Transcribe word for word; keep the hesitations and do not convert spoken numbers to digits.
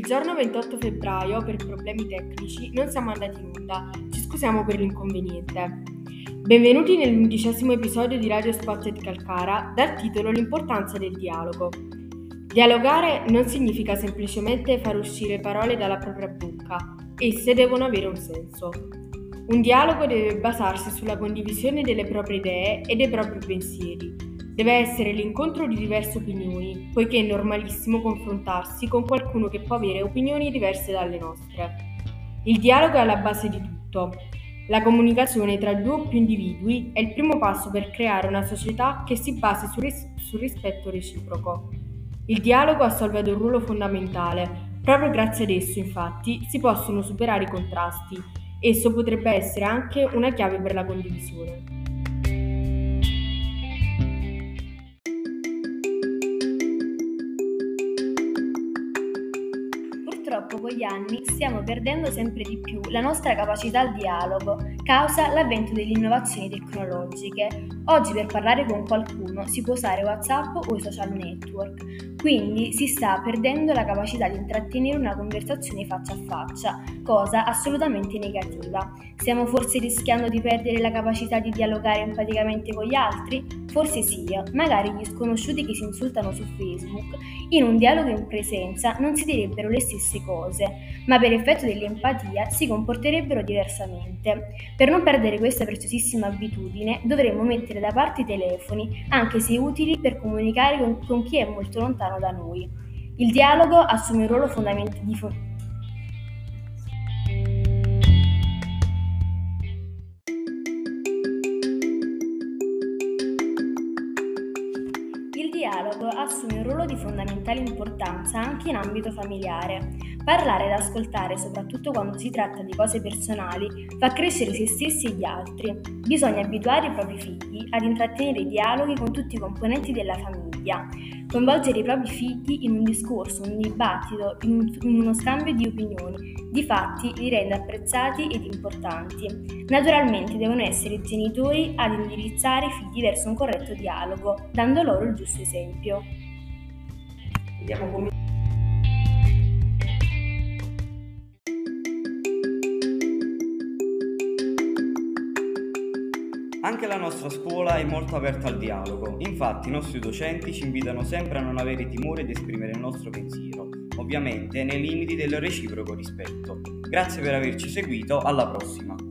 giorno ventotto febbraio, per problemi tecnici, non siamo andati in onda. Ci scusiamo per l'inconveniente. Benvenuti nell'undicesimo episodio di Radio Spot di Calcara, dal titolo L'importanza del dialogo. Dialogare non significa semplicemente far uscire parole dalla propria bocca, esse devono avere un senso. Un dialogo deve basarsi sulla condivisione delle proprie idee e dei propri pensieri. Deve essere l'incontro di diverse opinioni, poiché è normalissimo confrontarsi con qualcuno che può avere opinioni diverse dalle nostre. Il dialogo è alla base di tutto. La comunicazione tra due o più individui è il primo passo per creare una società che si basi sul, ris- sul rispetto reciproco. Il dialogo assolve un ruolo fondamentale. Proprio grazie ad esso, infatti, si possono superare i contrasti. Esso potrebbe essere anche una chiave per la condivisione. Purtroppo con gli anni stiamo perdendo sempre di più la nostra capacità al dialogo, causa l'avvento delle innovazioni tecnologiche. Oggi per parlare con qualcuno si può usare WhatsApp o i social network, quindi si sta perdendo la capacità di intrattenere una conversazione faccia a faccia, cosa assolutamente negativa. Stiamo forse rischiando di perdere la capacità di dialogare empaticamente con gli altri? Forse sì, magari gli sconosciuti che si insultano su Facebook, in un dialogo in presenza non si direbbero le stesse cose, ma per effetto dell'empatia si comporterebbero diversamente. Per non perdere questa preziosissima abitudine dovremmo mettere da parte i telefoni, anche se utili per comunicare con, con chi è molto lontano da noi. Il dialogo assume un ruolo fondamentale di fo- Il dialogo assume un ruolo di fondamentale importanza anche in ambito familiare. Parlare ed ascoltare, soprattutto quando si tratta di cose personali, fa crescere se stessi e gli altri. Bisogna abituare i propri figli ad intrattenere i dialoghi con tutti i componenti della famiglia. Coinvolgere i propri figli in un discorso, un dibattito, in, un, in uno scambio di opinioni, di fatti li rende apprezzati ed importanti. Naturalmente devono essere i genitori ad indirizzare i figli verso un corretto dialogo, dando loro il giusto esempio. Vediamo come... Anche la nostra scuola è molto aperta al dialogo, infatti i nostri docenti ci invitano sempre a non avere timore di esprimere il nostro pensiero, ovviamente nei limiti del reciproco rispetto. Grazie per averci seguito, alla prossima!